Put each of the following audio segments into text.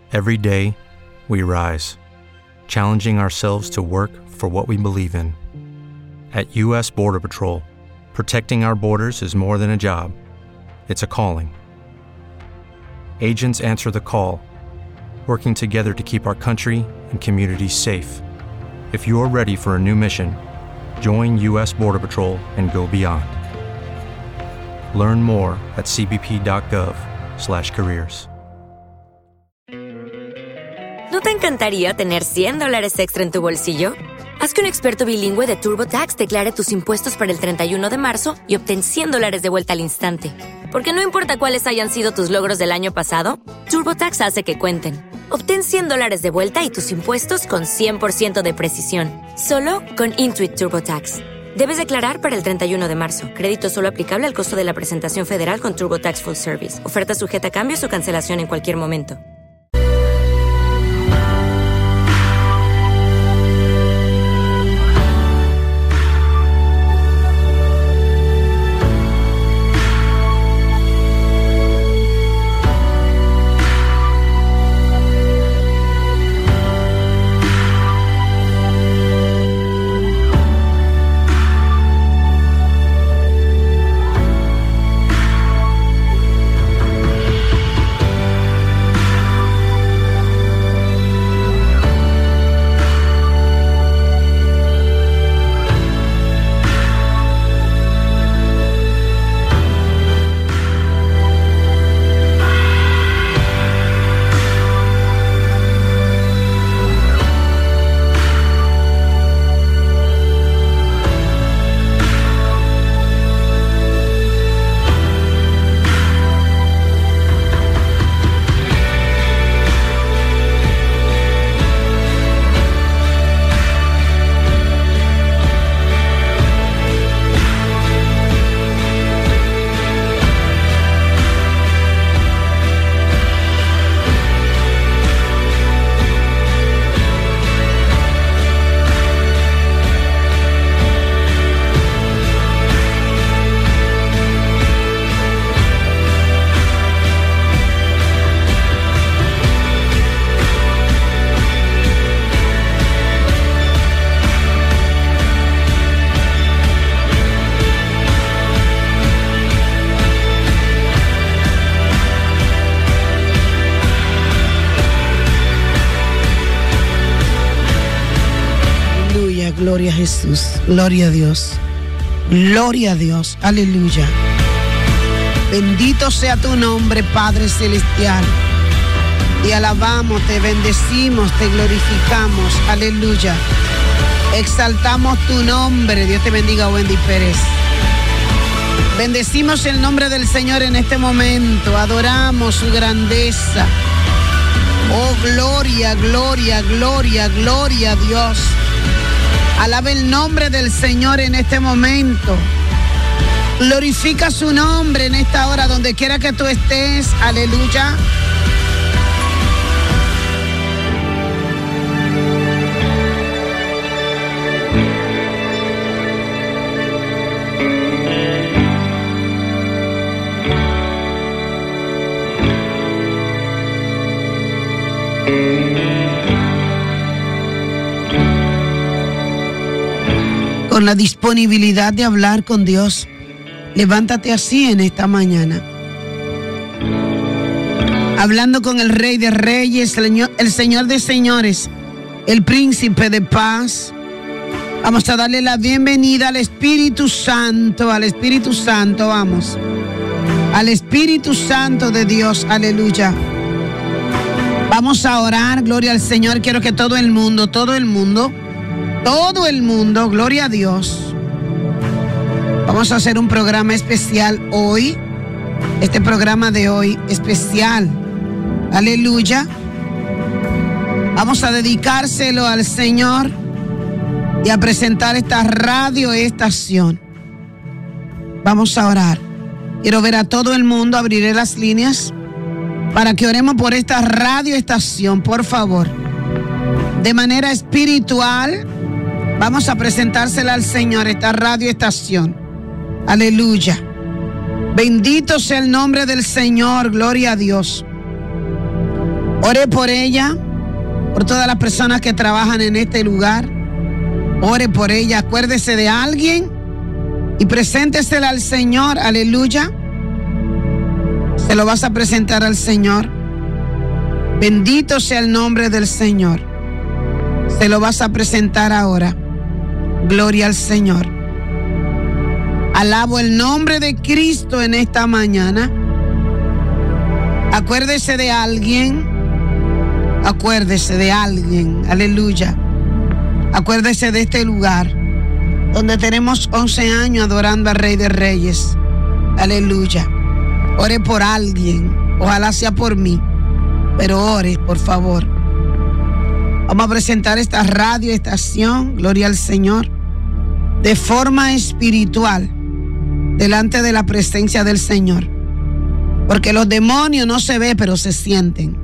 Every day, we rise, challenging ourselves to work for what we believe in. At U.S. Border Patrol, protecting our borders is more than a job. It's a calling. Agents answer the call, working together to keep our country and communities safe. If you're ready for a new mission, join U.S. Border Patrol and go beyond. Learn more at cbp.gov/careers. ¿No te encantaría tener $100 extra en tu bolsillo? Haz que un experto bilingüe de TurboTax declare tus impuestos para el 31 de marzo y obtén $100 de vuelta al instante. Porque no importa cuáles hayan sido tus logros del año pasado, TurboTax hace que cuenten. Obtén $100 de vuelta y tus impuestos con 100% de precisión. Solo con Intuit TurboTax. Debes declarar para el 31 de marzo. Crédito solo aplicable al costo de la presentación federal con TurboTax Full Service. Oferta sujeta a cambios o cancelación en cualquier momento. Gloria a Jesús, gloria a Dios, gloria a Dios, aleluya. Bendito sea tu nombre, Padre Celestial. Te alabamos, te bendecimos, te glorificamos, aleluya. Exaltamos tu nombre. Dios te bendiga, Wendy Pérez. Bendecimos el nombre del Señor en este momento, adoramos su grandeza. Oh, gloria, gloria, gloria, gloria a Dios. Alaba el nombre del Señor en este momento. Glorifica su nombre en esta hora, donde quiera que tú estés. Aleluya. Con la disponibilidad de hablar con Dios, levántate así en esta mañana. Hablando con el Rey de Reyes, el Señor de Señores, el Príncipe de Paz. Vamos a darle la bienvenida al Espíritu Santo, vamos. Al Espíritu Santo de Dios, aleluya. Vamos a orar, gloria al Señor. Quiero que todo el mundo, gloria a Dios. Vamos a hacer un programa especial hoy. Este programa de hoy especial. Aleluya. Vamos a dedicárselo al Señor y a presentar esta radioestación. Vamos a orar. Quiero ver a todo el mundo. Abriré las líneas para que oremos por esta radioestación, por favor. De manera espiritual, vamos a presentársela al Señor, esta radioestación. Aleluya. Bendito sea el nombre del Señor, gloria a Dios. Ore por ella, por todas las personas que trabajan en este lugar. Ore por ella, acuérdese de alguien y preséntesela al Señor, aleluya. Se lo vas a presentar al Señor. Bendito sea el nombre del Señor. Se lo vas a presentar ahora. Gloria al Señor. Alabo el nombre de Cristo en esta mañana. Acuérdese de alguien. Acuérdese de alguien. Aleluya. Acuérdese de este lugar donde tenemos 11 años adorando al Rey de Reyes. Aleluya. Ore por alguien. Ojalá sea por mí. Pero ore, por favor. Vamos a presentar esta radio estación, gloria al Señor, de forma espiritual, delante de la presencia del Señor. Porque los demonios no se ven, pero se sienten.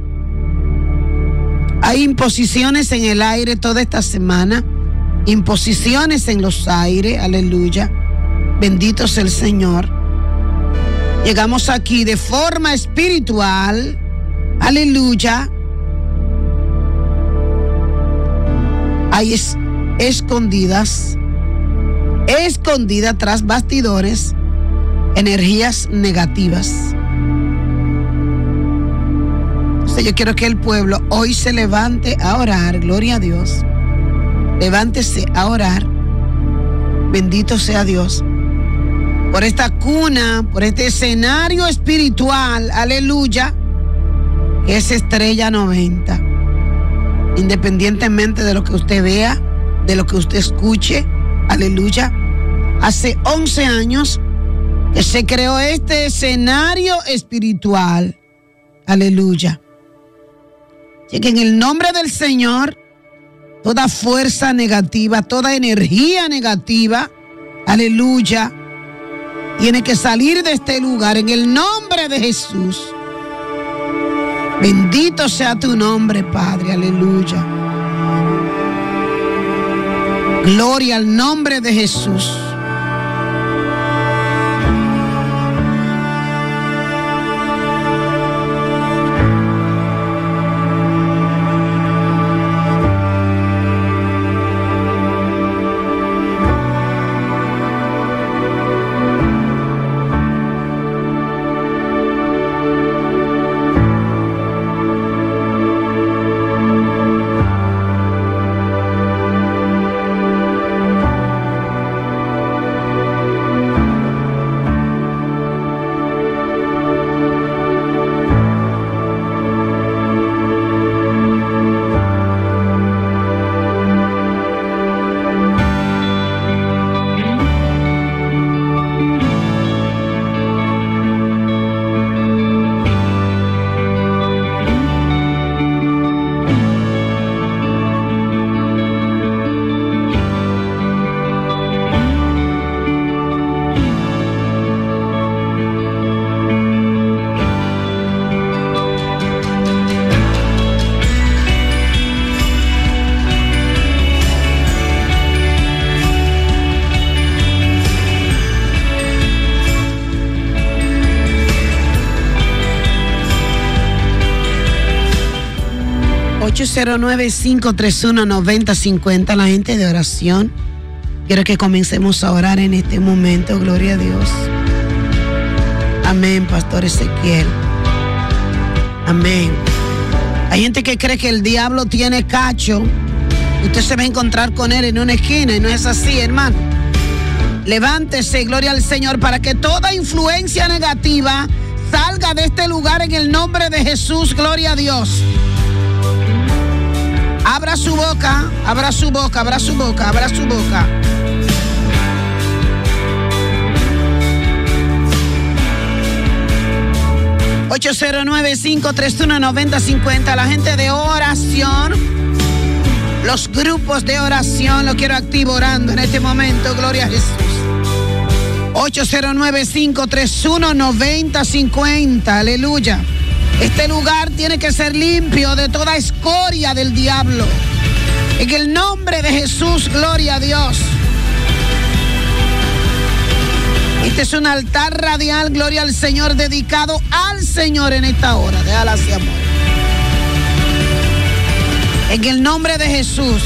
Hay imposiciones en el aire toda esta semana, imposiciones en los aires, aleluya. Bendito sea el Señor. Llegamos aquí de forma espiritual, aleluya. Hay escondidas tras bastidores, energías negativas. Entonces yo quiero que el pueblo hoy se levante a orar, gloria a Dios. Levántese a orar. Bendito sea Dios. Por esta cuna, por este escenario espiritual, aleluya, que es Estrella 90. Independientemente de lo que usted vea, de lo que usted escuche, aleluya. Hace 11 años que se creó este escenario espiritual, aleluya. Y que en el nombre del Señor, toda fuerza negativa, toda energía negativa, aleluya, tiene que salir de este lugar en el nombre de Jesús. Bendito sea tu nombre, Padre, aleluya. Gloria al nombre de Jesús. ...809-531-9050, la gente de oración. Quiero que comencemos a orar en este momento, gloria a Dios. Amén, Pastor Ezequiel. Amén. Hay gente que cree que el diablo tiene cacho. Usted se va a encontrar con él en una esquina y no es así, hermano. Levántese, gloria al Señor, para que toda influencia negativa salga de este lugar en el nombre de Jesús, gloria a Dios. Abra su boca, abra su boca, abra su boca, abra su boca. ...809-531-9050... la gente de oración, los grupos de oración, lo quiero activo orando en este momento, gloria a Jesús. 809-531-9050, aleluya. Este lugar tiene que ser limpio de toda escoria del diablo. En el nombre de Jesús, gloria a Dios. Este es un altar radial, gloria al Señor, dedicado al Señor en esta hora. Déjala así, amor. En el nombre de Jesús.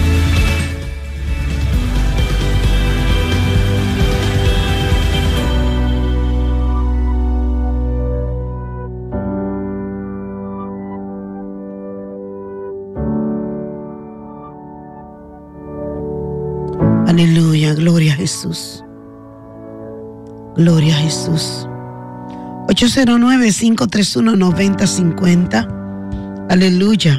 Aleluya, gloria a Jesús. Gloria a Jesús. 809-531-9050. Aleluya.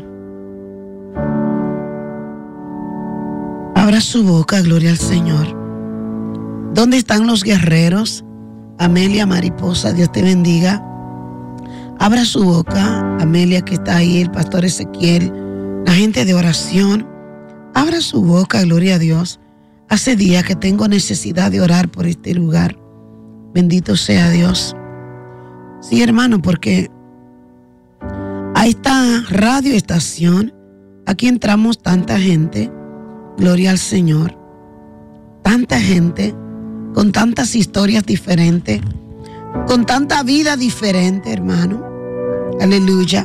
Abra su boca, gloria al Señor. ¿Dónde están los guerreros? Amelia Mariposa, Dios te bendiga. Abra su boca, Amelia, que está ahí, el pastor Ezequiel, la gente de oración. Abra su boca, gloria a Dios. Hace días que tengo necesidad de orar por este lugar. Bendito sea Dios. Sí, hermano, porque a esta radioestación, aquí entramos tanta gente, gloria al Señor, tanta gente con tantas historias diferentes, con tanta vida diferente, hermano. Aleluya.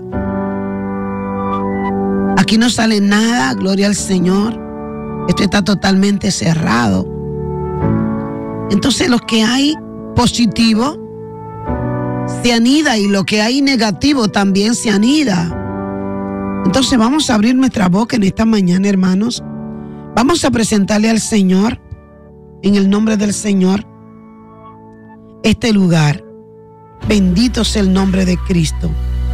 Aquí no sale nada, gloria al Señor. Esto está totalmente cerrado. Entonces lo que hay positivo se anida y lo que hay negativo también se anida. Entonces vamos a abrir nuestra boca en esta mañana, hermanos. Vamos a presentarle al Señor, en el nombre del Señor, este lugar. Bendito sea el nombre de Cristo.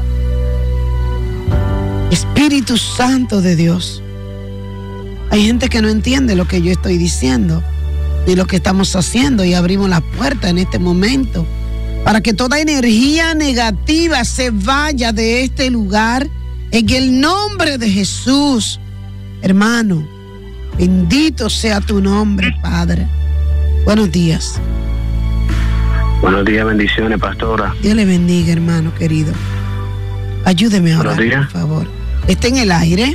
Espíritu Santo de Dios. Hay gente que no entiende lo que yo estoy diciendo ni lo que estamos haciendo, y abrimos la puerta en este momento para que toda energía negativa se vaya de este lugar en el nombre de Jesús. Hermano, bendito sea tu nombre, Padre. Buenos días. Buenos días, bendiciones, pastora. Dios le bendiga, hermano querido. Ayúdeme a orar, por favor. ¿Está en el aire?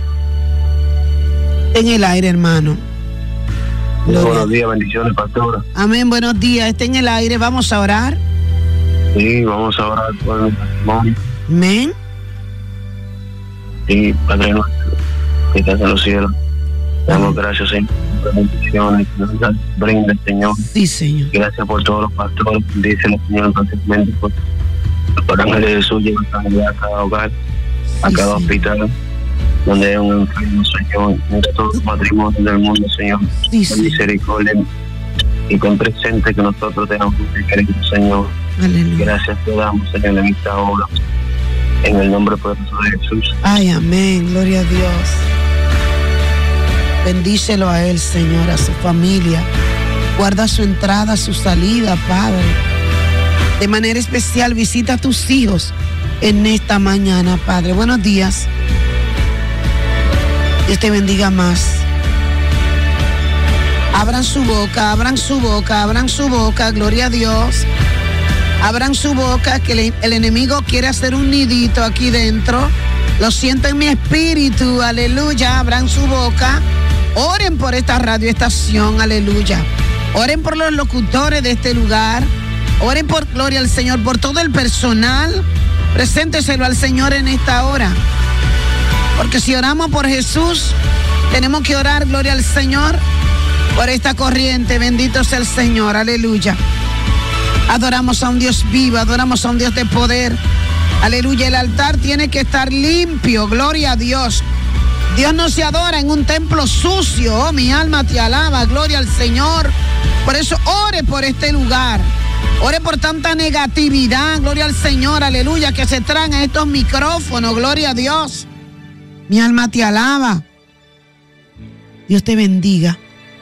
En el aire, hermano. Buenos días, bendiciones, pastora. Amén, buenos días. Está en el aire. ¿Vamos a orar? Sí, vamos a orar por el matrimonio. Amén. Sí, Padre nuestro, que estás en los cielos. Damos gracias, Señor, por las bendiciones que nos brinda, Señor. Sí, Señor. Gracias por todos los pastores. Díselo, Señor, pacientemente por ángeles de Jesús, lleva sanidad a cada hogar, a cada hospital donde hay un enfermo, Señor. Mira todos los matrimonios del mundo, Señor. Sí, con misericordia y con presente que nosotros tenemos que querer, Señor. Aleluya. Gracias te damos, Señor, en esta hora. En el nombre poderoso de Jesús. Ay, amén. Gloria a Dios. Bendícelo a él, Señor, a su familia. Guarda su entrada, su salida, Padre. De manera especial, visita a tus hijos en esta mañana, Padre. Buenos días. Dios te bendiga más. Abran su boca, abran su boca, abran su boca. Gloria a Dios. Abran su boca, que el enemigo quiere hacer un nidito aquí dentro. Lo siento en mi espíritu, aleluya. Abran su boca. Oren por esta radioestación, aleluya. Oren por los locutores de este lugar. Oren por, gloria al Señor, por todo el personal. Presénteselo al Señor en esta hora. Porque si oramos por Jesús, tenemos que orar, gloria al Señor, por esta corriente. Bendito sea el Señor, aleluya. Adoramos a un Dios vivo, adoramos a un Dios de poder. Aleluya, el altar tiene que estar limpio, gloria a Dios. Dios no se adora en un templo sucio. Oh, mi alma te alaba, gloria al Señor. Por eso ore por este lugar. Ore por tanta negatividad, gloria al Señor, aleluya, que se traen a estos micrófonos, gloria a Dios. Mi alma te alaba. Dios te bendiga.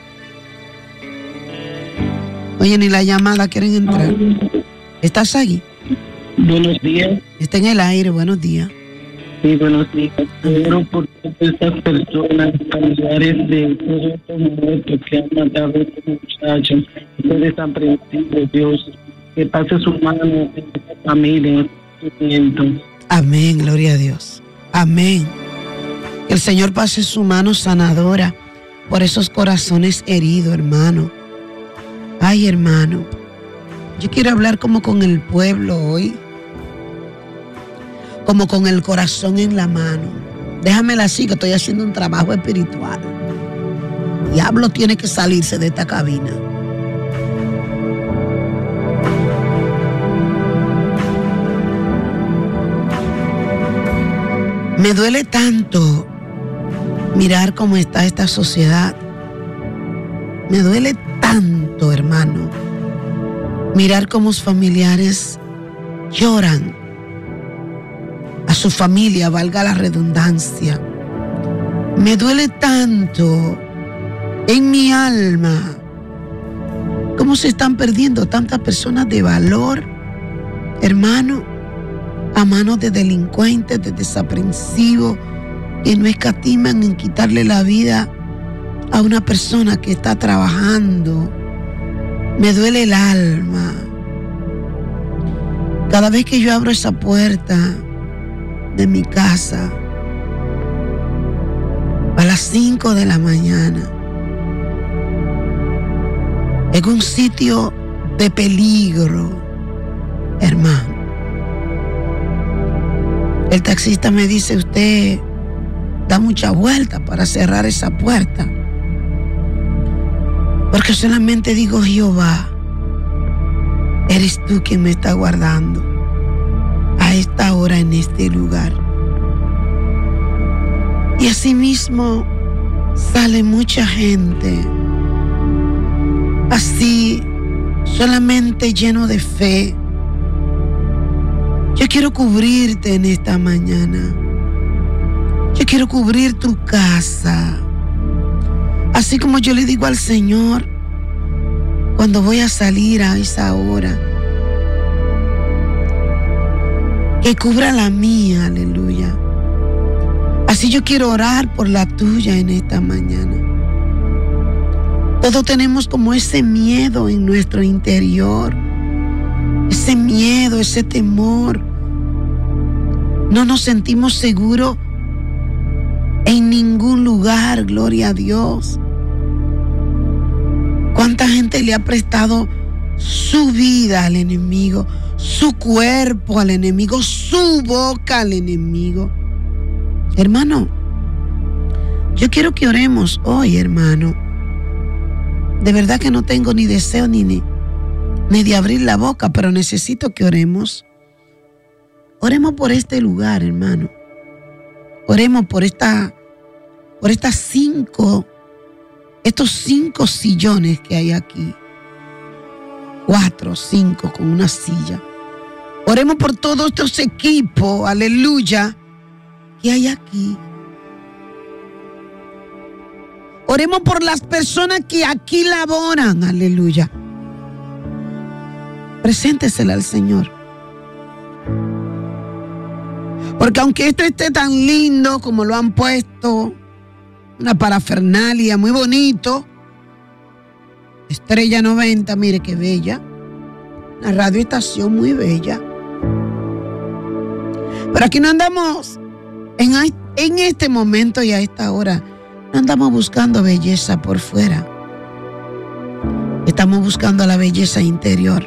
Oye, ni la llamada quieren entrar. ¿Estás ahí? Buenos días. Está en el aire, buenos días. Sí, buenos días. Oro por todas estas personas, familiares de todos estos muertos que han matado a estos muchachos, que desaprensivos, Dios, que pase su mano en esta familia, en este sufrimiento. Amén, gloria a Dios. Amén. Que el Señor pase su mano sanadora por esos corazones heridos, hermano. Ay, hermano, yo quiero hablar como con el pueblo hoy, como con el corazón en la mano. Déjamela así, que estoy haciendo un trabajo espiritual. Diablo tiene que salirse de esta cabina. Me duele tanto mirar cómo está esta sociedad. Me duele tanto, hermano, mirar cómo los familiares lloran a su familia, valga la redundancia. Me duele tanto en mi alma cómo se están perdiendo tantas personas de valor, hermano, a manos de delincuentes, de desaprensivos, que no escatiman en quitarle la vida a una persona que está trabajando. Me duele el alma. Cada vez que yo abro esa puerta de mi casa a las 5 de la mañana, en un sitio de peligro, hermano, el taxista me dice: usted da mucha vuelta para cerrar esa puerta, porque solamente digo: Jehová, eres tú quien me está guardando a esta hora en este lugar. Y asimismo sale mucha gente así, solamente lleno de fe. Yo quiero cubrirte en esta mañana. Yo quiero cubrir tu casa. Así como yo le digo al Señor cuando voy a salir a esa hora, que cubra la mía, aleluya. Así yo quiero orar por la tuya en esta mañana. Todos tenemos como ese miedo en nuestro interior, ese miedo, ese temor. No nos sentimos seguros en ningún lugar, gloria a Dios. ¿Cuánta gente le ha prestado su vida al enemigo, su cuerpo al enemigo, su boca al enemigo? Hermano, yo quiero que oremos hoy, hermano. De verdad que no tengo ni deseo ni de abrir la boca, pero necesito que oremos. Oremos por este lugar, hermano. Oremos por estos 5 sillones que hay aquí. 4 o 5 con una silla. Oremos por todos estos equipos, aleluya, que hay aquí. Oremos por las personas que aquí laboran, aleluya. Preséntesela al Señor. Porque aunque esto esté tan lindo como lo han puesto, una parafernalia muy bonito, Estrella 90, mire qué bella, una radioestación muy bella. Pero aquí no andamos, en este momento y a esta hora, no andamos buscando belleza por fuera. Estamos buscando la belleza interior.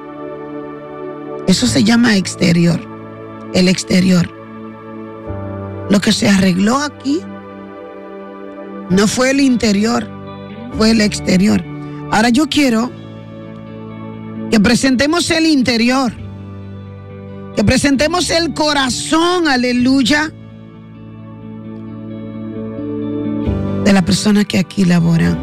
Eso se llama exterior, el exterior. Lo que se arregló aquí no fue el interior, fue el exterior. Ahora yo quiero que presentemos el interior, que presentemos el corazón, aleluya, de la persona que aquí labora.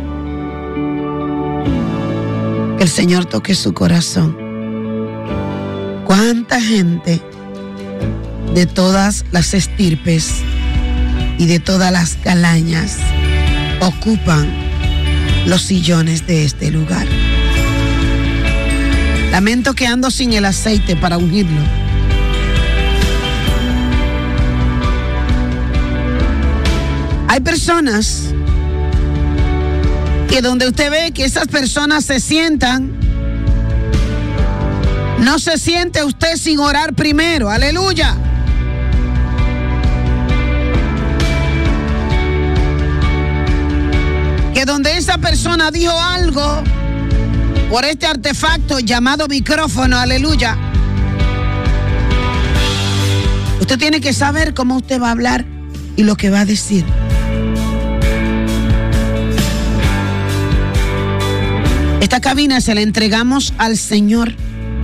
Que el Señor toque su corazón. ¿Cuánta gente de todas las estirpes y de todas las calañas ocupan los sillones de este lugar? Lamento que ando sin el aceite para ungirlo. Hay personas que donde usted ve que esas personas se sientan, no se siente usted sin orar primero, aleluya. Que donde esa persona dijo algo por este artefacto llamado micrófono, aleluya, usted tiene que saber cómo usted va a hablar y lo que va a decir. Esta cabina se la entregamos al Señor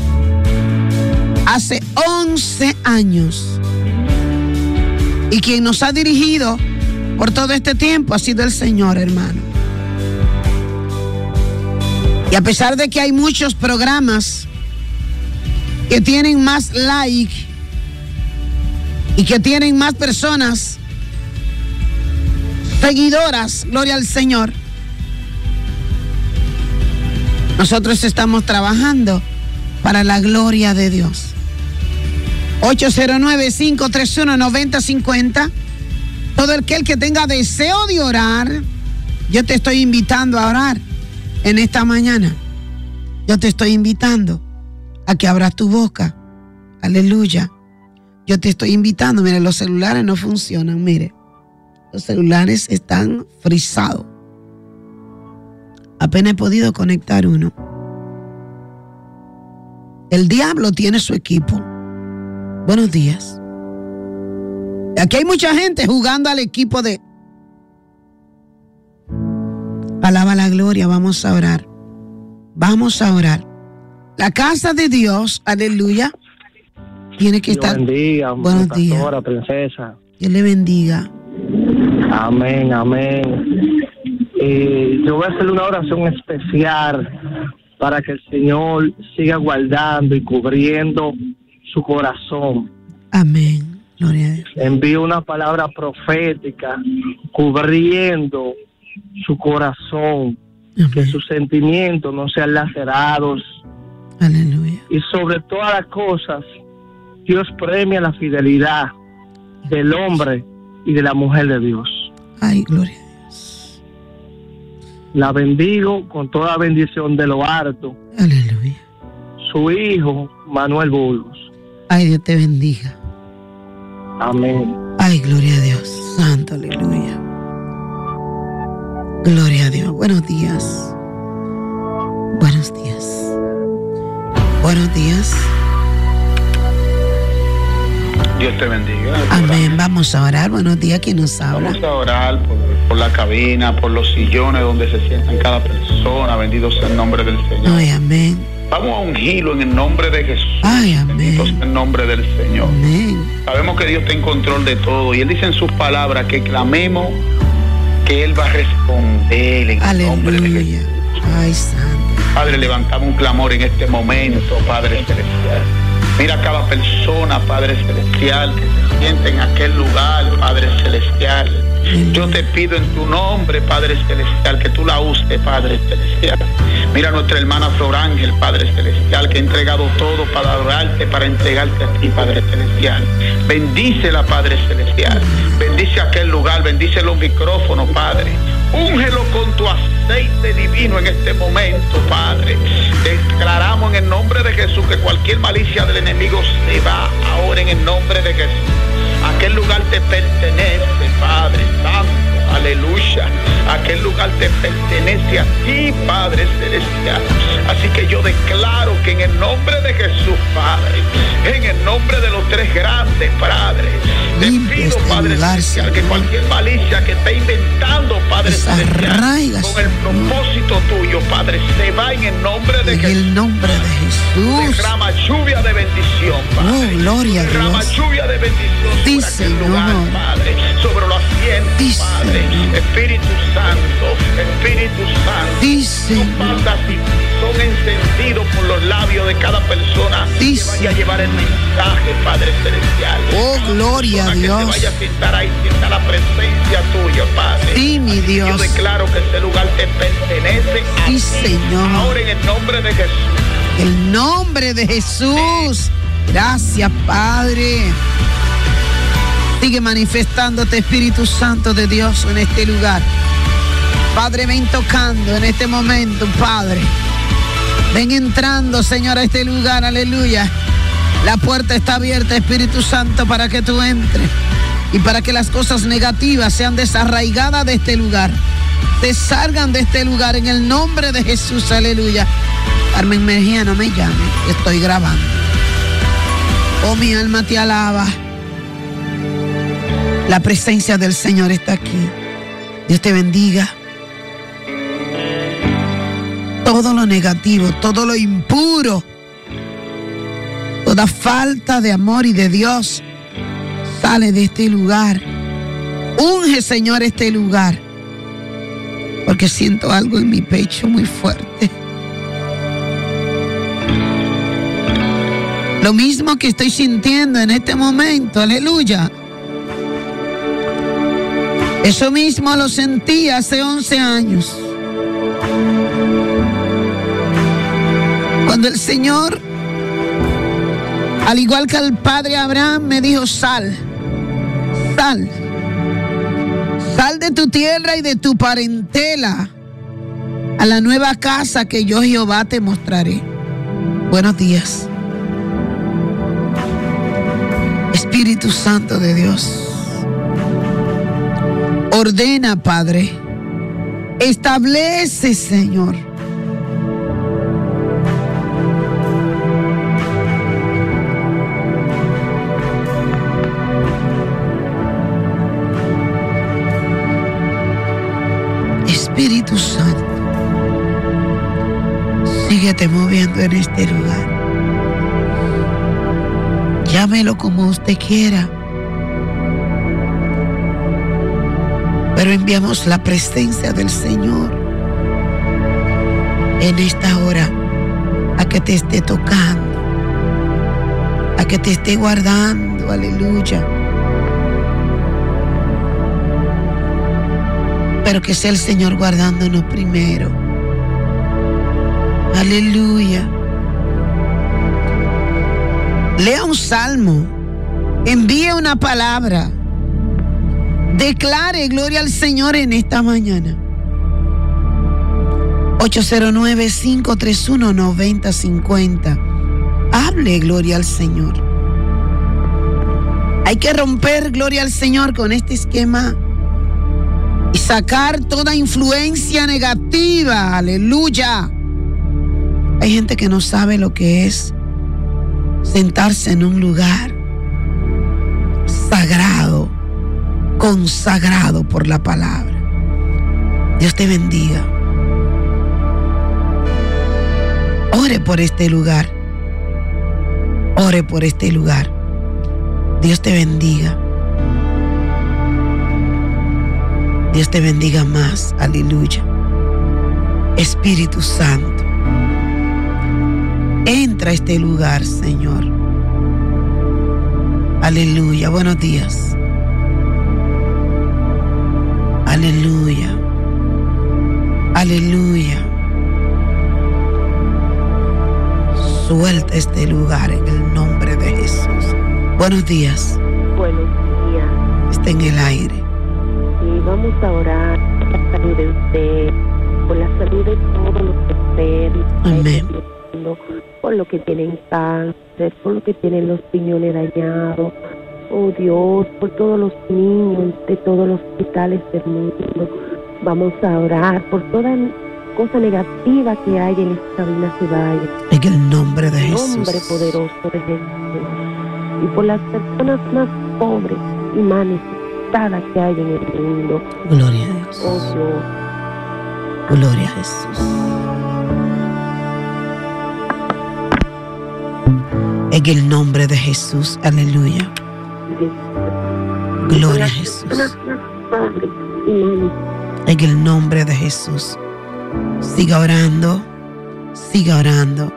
hace 11 años. Y quien nos ha dirigido por todo este tiempo ha sido el Señor, hermano. Y a pesar de que hay muchos programas que tienen más like y que tienen más personas seguidoras, gloria al Señor, nosotros estamos trabajando para la gloria de Dios. 809-531-9050. Todo aquel que tenga deseo de orar, yo te estoy invitando a orar en esta mañana. Yo te estoy invitando a que abras tu boca. Aleluya. Yo te estoy invitando. Mire, los celulares no funcionan. Mire, los celulares están frisados. Apenas he podido conectar uno. El diablo tiene su equipo. Buenos días. Aquí hay mucha gente jugando al equipo de... Alaba la gloria, vamos a orar. Vamos a orar. La casa de Dios, aleluya, tiene que estar... Bendiga, buenos días. Pastora, princesa. Dios le bendiga. Amén, amén. Yo voy a hacerle una oración especial para que el Señor siga guardando y cubriendo su corazón. Amén. Gloria a Dios. Envío una palabra profética cubriendo su corazón. Amén. Que sus sentimientos no sean lacerados. Aleluya. Y sobre todas las cosas, Dios premia la fidelidad del hombre y de la mujer de Dios. Ay, gloria a Dios. La bendigo con toda bendición de lo alto. Aleluya. Su hijo, Manuel Burgos. Ay, Dios te bendiga. Amén. Ay, gloria a Dios. Santo, aleluya. Gloria a Dios. Buenos días. Buenos días. Buenos días. Dios te bendiga. Amén. Vamos a orar. Buenos días. ¿Quién nos habla? Vamos a orar por la cabina, por los sillones donde se sientan cada persona. Bendito sea el nombre del Señor. Ay, amén. Vamos a ungirlo en el nombre de Jesús. Ay, amén. Bendito sea el nombre del Señor. Amén. Sabemos que Dios está en control de todo. Y Él dice en sus palabras que clamemos, que Él va a responder en el nombre de Jesús. Ay, santo. Padre, levantamos un clamor en este momento, Padre Celestial. Mira a cada persona, Padre Celestial, que se siente en aquel lugar, Padre Celestial. Yo te pido en tu nombre, Padre Celestial, que tú la uses, Padre Celestial. Mira a nuestra hermana Flor Ángel, Padre Celestial, que ha entregado todo para adorarte, para entregarte a ti, Padre Celestial. Bendícela, Padre Celestial. Bendice aquel lugar, bendice los micrófonos, Padre. Úngelo con tu aceite divino en este momento, Padre. Declaramos en el nombre de Jesús que cualquier malicia del enemigo se va ahora en el nombre de Jesús. Aquel lugar te pertenece, Padre Santo. Aleluya. Aquel lugar te pertenece a ti, Padre Celestial. Así que yo declaro que en el nombre de Jesús, Padre, en el nombre de los tres grandes, Padre, te pido, Padre Celestial, que cualquier malicia que esté inventando, Padre Celestial, con el propósito tuyo, Padre, se va en el nombre de Jesús. En el nombre de Jesús. Derrama lluvia de bendición, Padre. Oh, gloria a Dios. Derrama lluvia de bendición sobre aquel lugar, Padre, sobre los asientos, Padre. Espíritu Santo, Espíritu Santo. Tú mandas y son encendidos por los labios de cada persona que vaya a llevar el mensaje, Padre Celestial. Oh, gloria a Dios. Que se vaya a sentar ahí, sienta la presencia tuya, Padre. Sí, mi Dios. Yo declaro que este lugar te pertenece a ti, Señor. Ahora en el nombre de Jesús. El nombre de Jesús. Gracias, Padre. Sigue manifestándote, Espíritu Santo de Dios, en este lugar. Padre, ven tocando en este momento, Padre. Ven entrando, Señor, a este lugar, aleluya. La puerta está abierta, Espíritu Santo, para que tú entres y para que las cosas negativas sean desarraigadas de este lugar. Te salgan de este lugar en el nombre de Jesús, aleluya. Carmen Mejía, no me llame, estoy grabando. Oh, mi alma te alaba. La presencia del Señor está aquí. Dios te bendiga. Todo lo negativo, todo lo impuro, toda falta de amor y de Dios sale de este lugar. Unge, Señor, este lugar, porque siento algo en mi pecho muy fuerte. Lo mismo que estoy sintiendo en este momento, aleluya. Eso mismo lo sentí hace 11 años. Cuando el Señor, al igual que al padre Abraham, me dijo: sal de tu tierra y de tu parentela a la nueva casa que yo, Jehová, te mostraré. Buenos días. Espíritu Santo de Dios, ordena, Padre, establece, Señor, Espíritu Santo, síguete moviendo en este lugar. Llámelo como usted quiera, pero enviamos la presencia del Señor en esta hora a que te esté tocando, a que te esté guardando, aleluya. Pero que sea el Señor guardándonos primero, aleluya. Lea un salmo, envíe una palabra, declare gloria al Señor en esta mañana. 809-531-9050. Hable gloria al Señor. Hay que romper, gloria al Señor, con este esquema y sacar toda influencia negativa, aleluya. Hay gente que no sabe lo que es sentarse en un lugar sagrado, consagrado por la palabra. Dios te bendiga. Ore por este lugar. Ore por este lugar. Dios te bendiga. Dios te bendiga más. Aleluya. Espíritu Santo, entra a este lugar, Señor. Aleluya. Buenos días. Aleluya. Aleluya. Suelta este lugar en el nombre de Jesús. Buenos días. Buenos días. Está en el aire. Y vamos a orar por la salud de usted, por la salud de todos los enfermos. Amén. Por lo que tienen cáncer, por lo que tienen los riñones dañados. Oh Dios, por todos los niños de todos los hospitales del mundo. Vamos a orar por toda cosa negativa que hay en esta cabina se vaya. En el nombre de Jesús. En el nombre poderoso de Jesús. Y por las personas más pobres y más necesitadas que hay en el mundo. Gloria a Dios. Oh Dios. Gloria a Jesús. En el nombre de Jesús. Aleluya. Gloria a Jesús. En el nombre de Jesús. Siga orando. Siga orando.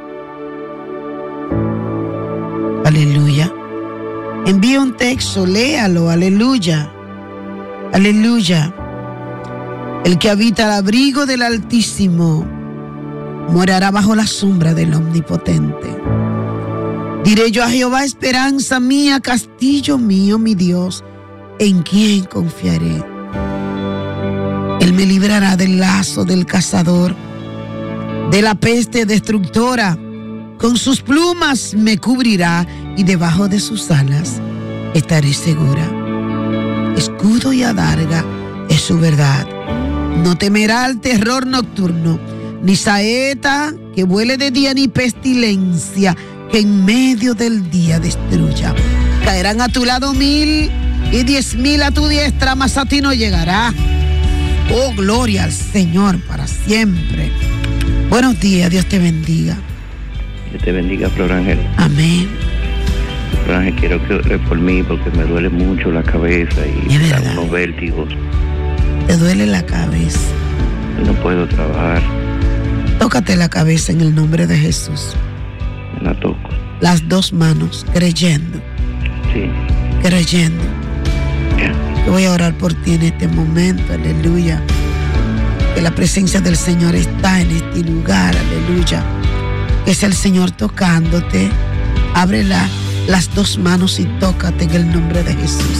Aleluya. Envíe un texto, léalo. Aleluya. Aleluya. El que habita al abrigo del Altísimo morará bajo la sombra del Omnipotente. Diré yo a Jehová, esperanza mía, castillo mío, mi Dios, en quien confiaré. Él me librará del lazo del cazador, de la peste destructora. Con sus plumas me cubrirá y debajo de sus alas estaré segura. Escudo y adarga es su verdad. No temerá el terror nocturno, ni saeta que vuele de día, ni pestilencia que en medio del día destruya. Caerán a tu lado 1000 y 10,000 a tu diestra, mas a ti no llegará. Oh, gloria al Señor para siempre. Buenos días, Dios te bendiga. Dios te bendiga, Flor Ángel. Amén. Flor Ángel, quiero que ore por mí porque me duele mucho la cabeza y me dan unos vértigos. ¿Te duele la cabeza? Y no puedo trabajar. Tócate la cabeza en el nombre de Jesús. Me la toco. Las dos manos, creyendo. Sí. Creyendo. Yeah. Yo voy a orar por ti en este momento, aleluya. Que la presencia del Señor está en este lugar, aleluya. Que es el Señor tocándote. Abre las dos manos y tócate en el nombre de Jesús.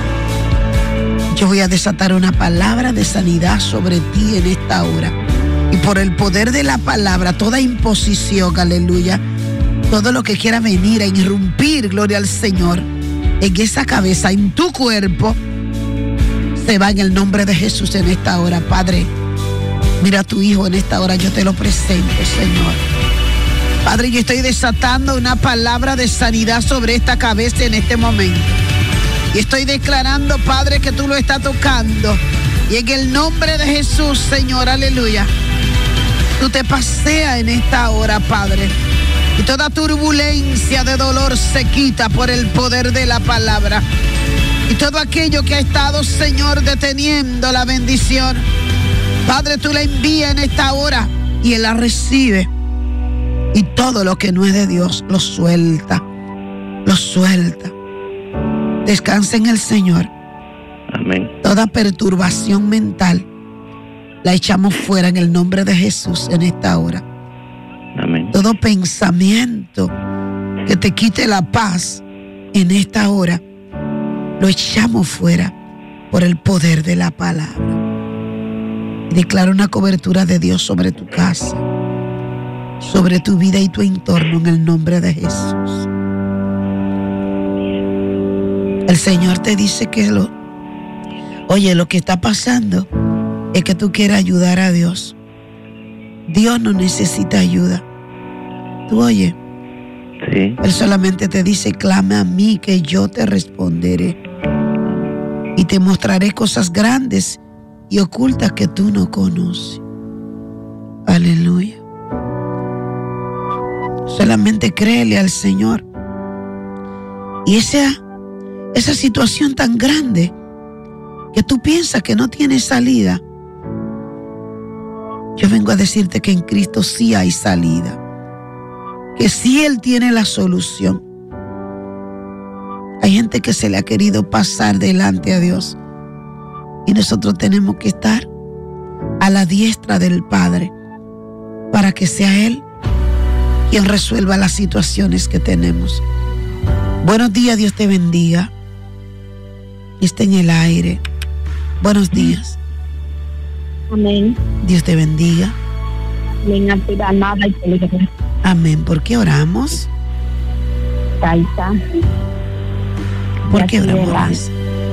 Yo voy a desatar una palabra de sanidad sobre ti en esta hora. Y por el poder de la palabra, toda imposición, aleluya, todo lo que quiera venir a irrumpir, gloria al Señor, en esa cabeza, en tu cuerpo, se va en el nombre de Jesús en esta hora. Padre, mira a tu hijo en esta hora, yo te lo presento, Señor. Padre, yo estoy desatando una palabra de sanidad sobre esta cabeza en este momento. Y estoy declarando, Padre, que tú lo estás tocando. Y en el nombre de Jesús, Señor, aleluya, tú te paseas en esta hora, Padre. Y toda turbulencia de dolor se quita por el poder de la palabra. Y todo aquello que ha estado, Señor, deteniendo la bendición, Padre, tú la envías en esta hora y Él la recibe. Y todo lo que no es de Dios lo suelta. Lo suelta. Descansa en el Señor. Amén. Toda perturbación mental la echamos fuera en el nombre de Jesús en esta hora. Amén. Todo pensamiento que te quite la paz en esta hora lo echamos fuera por el poder de la palabra. Y declaro una cobertura de Dios sobre tu casa, sobre tu vida y tu entorno en el nombre de Jesús. El Señor te dice que lo que está pasando es que tú quieres ayudar a Dios. Dios no necesita ayuda. Tú oye. Sí. Él solamente te dice, clama a mí que yo te responderé. Y te mostraré cosas grandes y ocultas que tú no conoces. Aleluya. Solamente créele al Señor. Y esa situación tan grande que tú piensas que no tiene salida, yo vengo a decirte que en Cristo sí hay salida, que sí Él tiene la solución. Hay gente que se le ha querido pasar delante a Dios y nosotros tenemos que estar a la diestra del Padre para que sea Él quien resuelva las situaciones que tenemos. Buenos días, Dios te bendiga. Está en el aire. Buenos días. Amén. Dios te bendiga. Amén. Amén. ¿Por qué oramos? Taita. ¿Por qué oramos?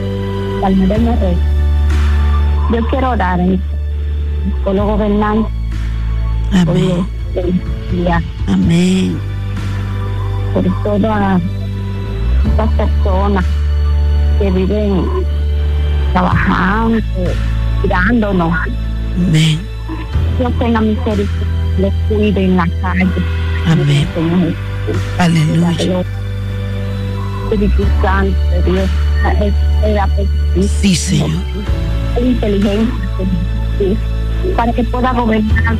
Yo quiero orar en el psicólogo Bernal. Amén. Amén. Por todas estas personas que viven trabajando, tirándonos. Amén. Dios tenga misericordia, les cuide en la calle. Amén. Aleluya. Espíritu Santo de Dios, sí, Señor. Inteligencia para que pueda gobernar.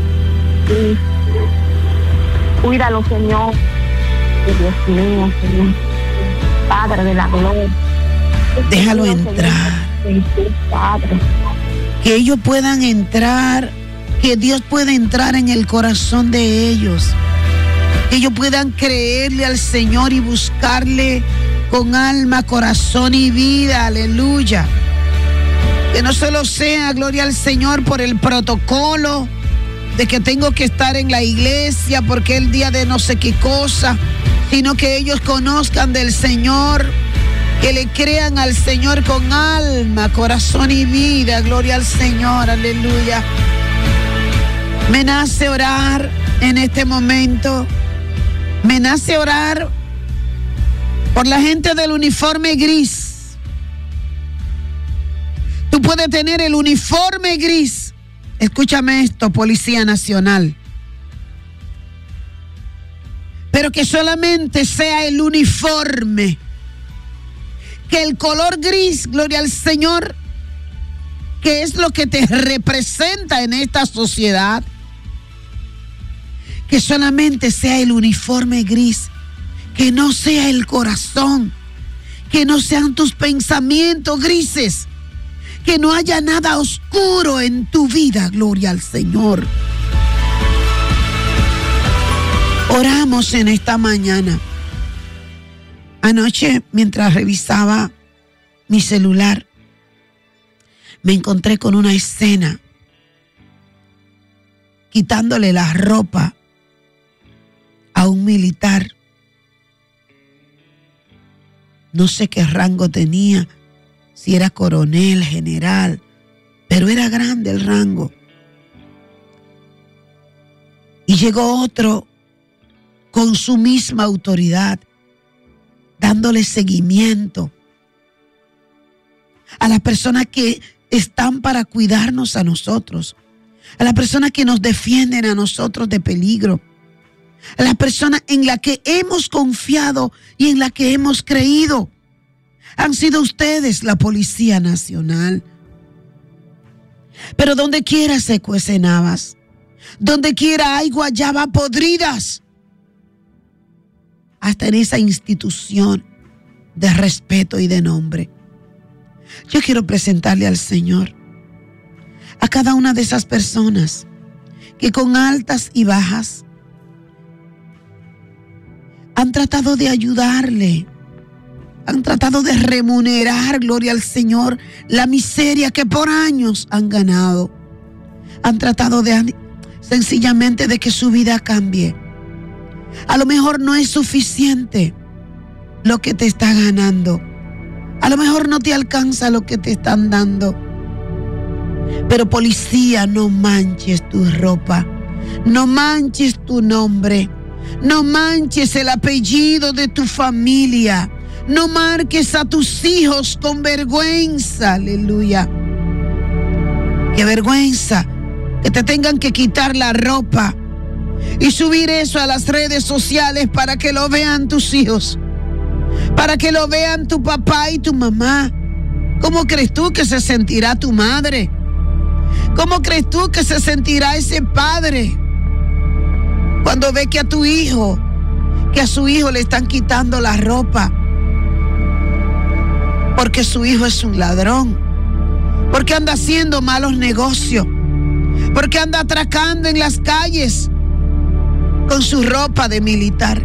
Cuídalo, Señor. Dios mío, Señor. Padre de la gloria. Déjalo entrar. Padre. Que ellos puedan entrar, que Dios pueda entrar en el corazón de ellos. Que ellos puedan creerle al Señor y buscarle con alma, corazón y vida. Aleluya. Que no solo sea, gloria al Señor, por el protocolo de que tengo que estar en la iglesia porque es el día de no sé qué cosa, sino que ellos conozcan del Señor, que le crean al Señor con alma, corazón y vida. Gloria al Señor, aleluya. Me nace orar en este momento. Me nace orar por la gente del uniforme gris. puede tener el uniforme gris. Escúchame esto, Policía Nacional. Pero que solamente sea el uniforme. Que el color gris, gloria al Señor, que es lo que te representa en esta sociedad, que solamente sea el uniforme gris, que no sea el corazón, que no sean tus pensamientos grises, que no haya nada oscuro en tu vida, gloria al Señor. Oramos en esta mañana. Anoche, mientras revisaba mi celular, me encontré con una escena quitándole la ropa a un militar. No sé qué rango tenía, si era coronel, general, pero era grande el rango. Y llegó otro con su misma autoridad, dándole seguimiento a las personas que están para cuidarnos a nosotros, a las personas que nos defienden a nosotros de peligro, a las personas en las que hemos confiado y en las que hemos creído. Han sido ustedes la Policía Nacional. Pero donde quiera se cuecen habas, donde quiera hay guayabas podridas. Hasta en esa institución de respeto y de nombre. Yo quiero presentarle al Señor a cada una de esas personas que con altas y bajas han tratado de ayudarle, han tratado de remunerar, gloria al Señor, la miseria que por años han ganado. Han tratado de sencillamente de que su vida cambie. A lo mejor no es suficiente lo que te está ganando. A lo mejor no te alcanza lo que te están dando. Pero policía, no manches tu ropa. No manches tu nombre. No manches el apellido de tu familia. No marques a tus hijos con vergüenza. Aleluya. Qué vergüenza que te tengan que quitar la ropa y subir eso a las redes sociales para que lo vean tus hijos, para que lo vean tu papá y tu mamá. ¿Cómo crees tú que se sentirá tu madre? ¿Cómo crees tú que se sentirá ese padre cuando ve que a tu hijo, que a su hijo le están quitando la ropa? Porque su hijo es un ladrón, porque anda haciendo malos negocios, porque anda atracando en las calles con su ropa de militar.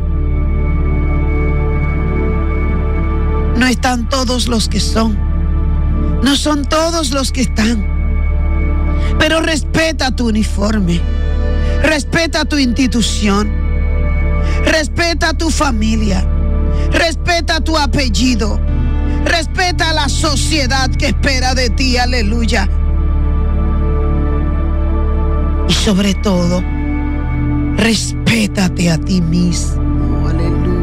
No están todos los que son, no son todos los que están, pero respeta tu uniforme, respeta tu institución, respeta tu familia, respeta tu apellido, respeta a la sociedad que espera de ti, aleluya. Y sobre todo, respétate a ti mismo, aleluya.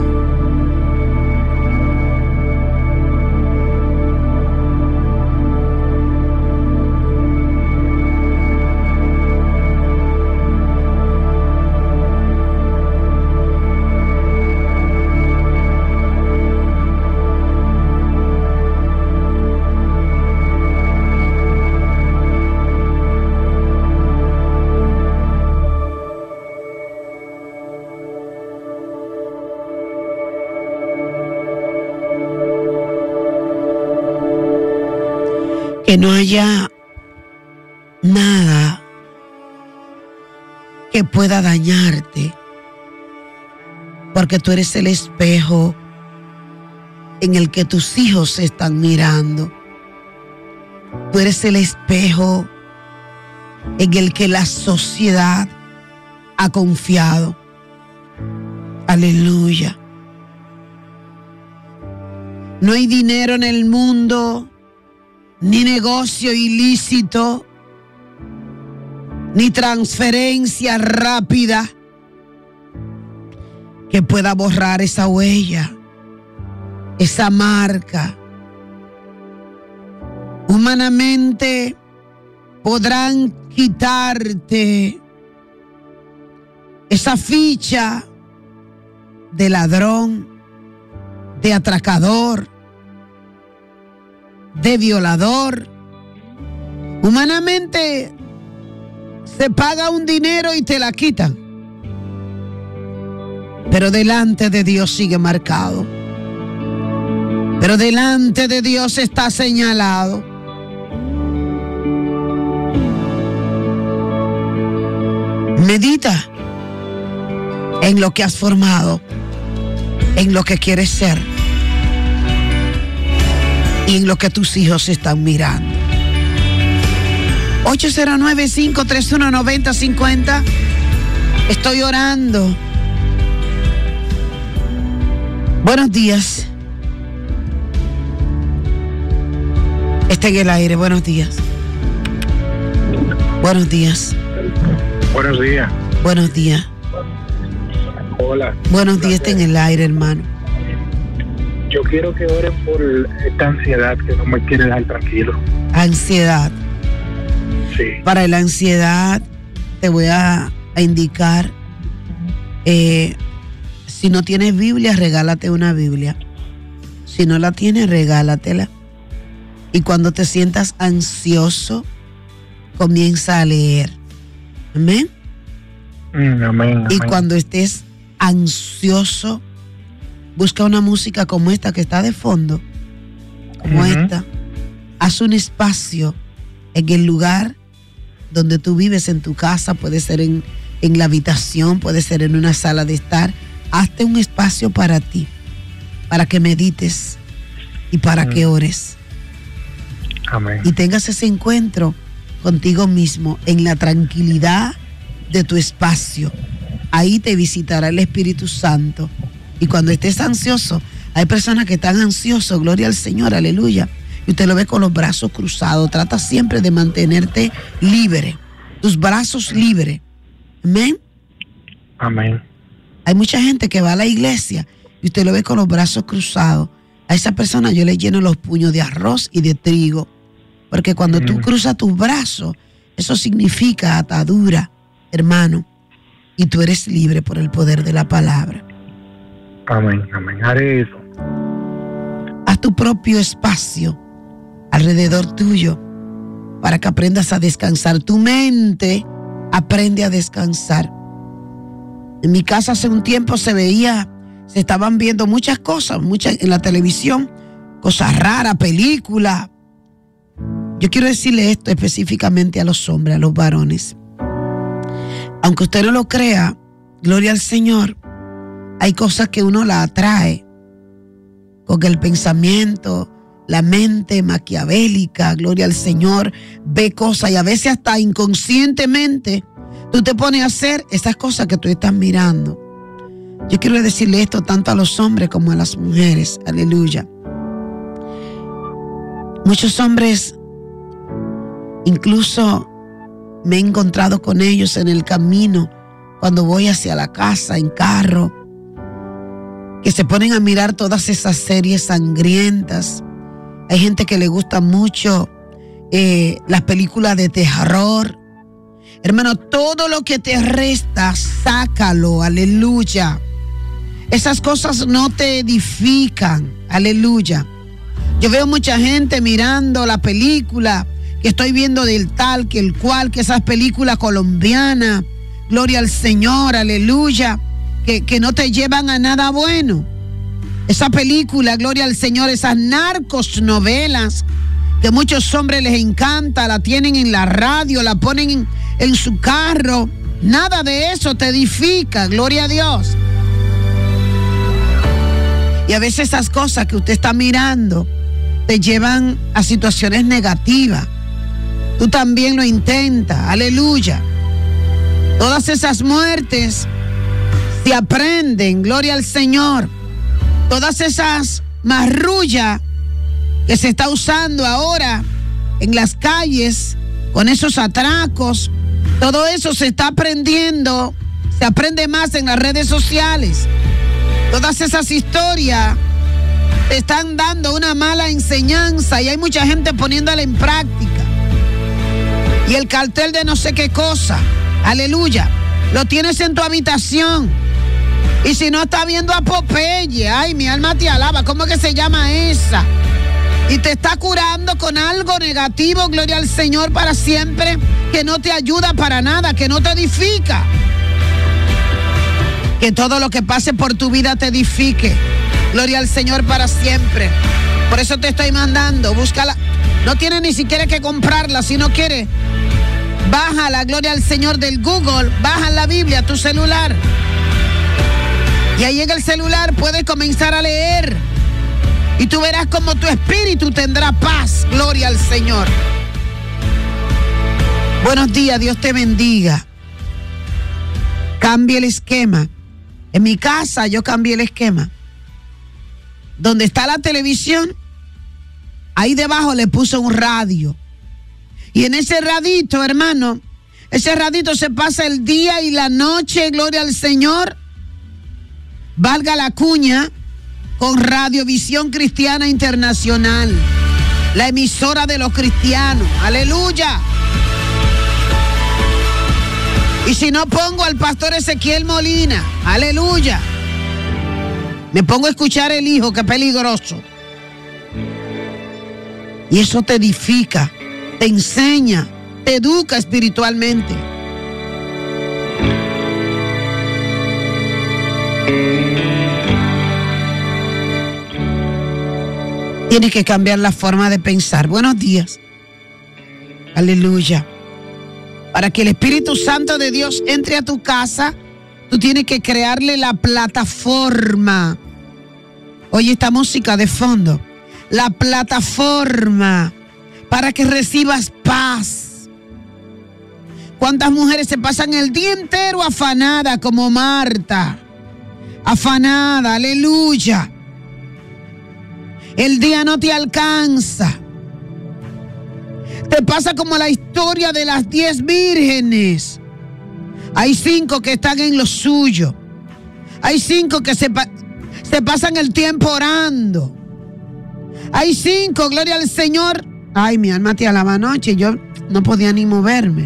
Que no haya nada que pueda dañarte, porque tú eres el espejo en el que tus hijos se están mirando. Tú eres el espejo en el que la sociedad ha confiado. Aleluya. No hay dinero en el mundo, ni negocio ilícito, ni transferencia rápida que pueda borrar esa huella, esa marca Humanamente podrán quitarte esa ficha de ladrón, de atracador, de violador. Humanamente se paga un dinero y te la quitan, pero delante de Dios sigue marcado, pero delante de Dios está señalado. Medita en lo que has formado, en lo que quieres ser y en lo que tus hijos están mirando. 809-531-9050. Estoy orando. Buenos días. Está en el aire. Buenos días. Buenos días. Buenos días. Buenos días. Hola. Buenos días, está en el aire, hermano. Yo quiero que oren por esta ansiedad que no me quiere dejar tranquilo. Ansiedad. Sí. Para la ansiedad te voy a indicar, si no tienes Biblia, regálate una Biblia. Si no la tienes, regálatela. Y cuando te sientas ansioso, comienza a leer. Amén. Amén. Y cuando estés ansioso, busca una música como esta que está de fondo, como esta. Haz un espacio en el lugar donde tú vives, en tu casa, puede ser en la habitación, puede ser en una sala de estar. Hazte un espacio para ti, para que medites y para que ores. Amén. Y tengas ese encuentro contigo mismo en la tranquilidad de tu espacio. Ahí te visitará el Espíritu Santo. Y cuando estés ansioso, hay personas que están ansiosos, gloria al Señor, aleluya, y usted lo ve con los brazos cruzados. Trata siempre de mantenerte libre, tus brazos libres. Amén. Amén. Hay mucha gente que va a la iglesia y usted lo ve con los brazos cruzados. A esa persona yo le lleno los puños de arroz y de trigo, porque cuando tú cruzas tus brazos, eso significa atadura, hermano, y tú eres libre por el poder de la palabra. Amén, amén. Haré eso. Haz tu propio espacio alrededor tuyo para que aprendas a descansar. Tu mente aprende a descansar. En mi casa hace un tiempo se estaban viendo muchas cosas, muchas en la televisión, cosas raras, películas. Yo quiero decirle esto específicamente a los hombres, a los varones. Aunque usted no lo crea, gloria al Señor, hay cosas que uno la atrae con el pensamiento, la mente maquiavélica, gloria al Señor, ve cosas y a veces hasta inconscientemente tú te pones a hacer esas cosas que tú estás mirando. Yo quiero decirle esto tanto a los hombres como a las mujeres, aleluya. Muchos hombres, incluso me he encontrado con ellos en el camino cuando voy hacia la casa en carro, que se ponen a mirar todas esas series sangrientas. Hay gente que le gusta mucho las películas de terror. Hermano, todo lo que te resta, sácalo, aleluya. Esas cosas no te edifican, aleluya. Yo veo mucha gente mirando la película que estoy viendo del tal, que el cual, que esas películas colombianas, gloria al Señor, aleluya, que no te llevan a nada bueno. Esa película, gloria al Señor, esas narcosnovelas que muchos hombres les encanta, la tienen en la radio, la ponen en su carro. Nada de eso te edifica, gloria a Dios. Y a veces esas cosas que usted está mirando te llevan a situaciones negativas. Tú también lo intentas, aleluya. Todas esas muertes se aprenden, gloria al Señor. Todas esas marrullas que se está usando ahora en las calles con esos atracos, todo eso se está aprendiendo, se aprende más en las redes sociales. Todas esas historias te están dando una mala enseñanza y hay mucha gente poniéndola en práctica. Y el cartel de no sé qué cosa, aleluya, lo tienes en tu habitación. Y si no estás viendo a Popeye, ay, mi alma te alaba, ¿cómo que se llama esa? Y te está curando con algo negativo, gloria al Señor, para siempre, que no te ayuda para nada, que no te edifica. Que todo lo que pase por tu vida te edifique. Gloria al Señor para siempre. Por eso te estoy mandando, búscala. No tienes ni siquiera que comprarla. Si no quieres, bájala, gloria al Señor, del Google. Baja la Biblia a tu celular. Y ahí en el celular puedes comenzar a leer. Y tú verás como tu espíritu tendrá paz. Gloria al Señor. Buenos días, Dios te bendiga. Cambie el esquema. En mi casa yo cambié el esquema. Donde está la televisión, ahí debajo le puse un radio. Y en ese radito, hermano, ese radito se pasa el día y la noche, gloria al Señor, valga la cuña, con Radiovisión Cristiana Internacional, la emisora de los cristianos. Aleluya. Y si no, pongo al pastor Ezequiel Molina. Aleluya. Me pongo a escuchar el Hijo, que peligroso. Y eso te edifica, te enseña, te educa espiritualmente. Tienes que cambiar la forma de pensar. Buenos días. Aleluya. Para que el Espíritu Santo de Dios entre a tu casa, tú tienes que crearle la plataforma. Oye esta música de fondo. La plataforma para que recibas paz. ¿Cuántas mujeres se pasan el día entero afanadas como Marta? Afanada, aleluya. El día no te alcanza. Te pasa como la historia de las 10 vírgenes. Hay 5 que están en lo suyo. Hay 5 que se pasan el tiempo orando. Hay 5, gloria al Señor. Ay, mi alma te alaba anoche. Yo no podía ni moverme.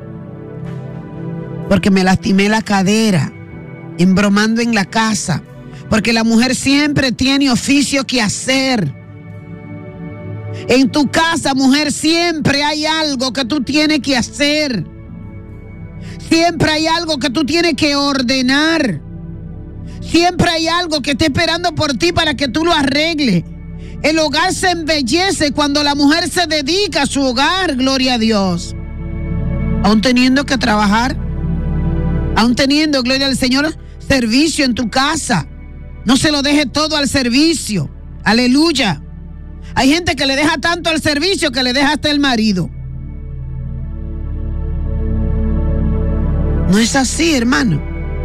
Porque me lastimé la cadera, embromando en la casa. Porque la mujer siempre tiene oficio que hacer. En tu casa, mujer, siempre hay algo que tú tienes que hacer. Siempre hay algo que tú tienes que ordenar. Siempre hay algo que está esperando por ti para que tú lo arregles. El hogar se embellece cuando la mujer se dedica a su hogar, gloria a Dios. Aún teniendo que trabajar, aún teniendo, gloria al Señor, servicio en tu casa. No se lo deje todo al servicio. Aleluya. Hay gente que le deja tanto al servicio que le deja hasta el marido. No es así, hermano.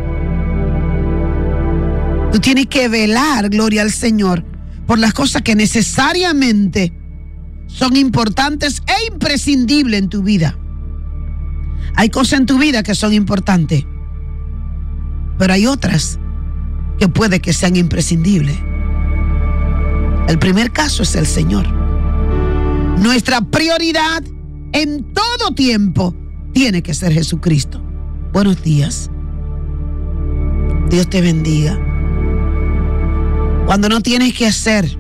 Tú tienes que velar, gloria al Señor, por las cosas que necesariamente son importantes e imprescindibles en tu vida. Hay cosas en tu vida que son importantes, pero hay otras que puede que sean imprescindibles. El primer caso es el Señor. Nuestra prioridad en todo tiempo tiene que ser Jesucristo. Buenos días. Dios te bendiga. Cuando no tienes que hacer,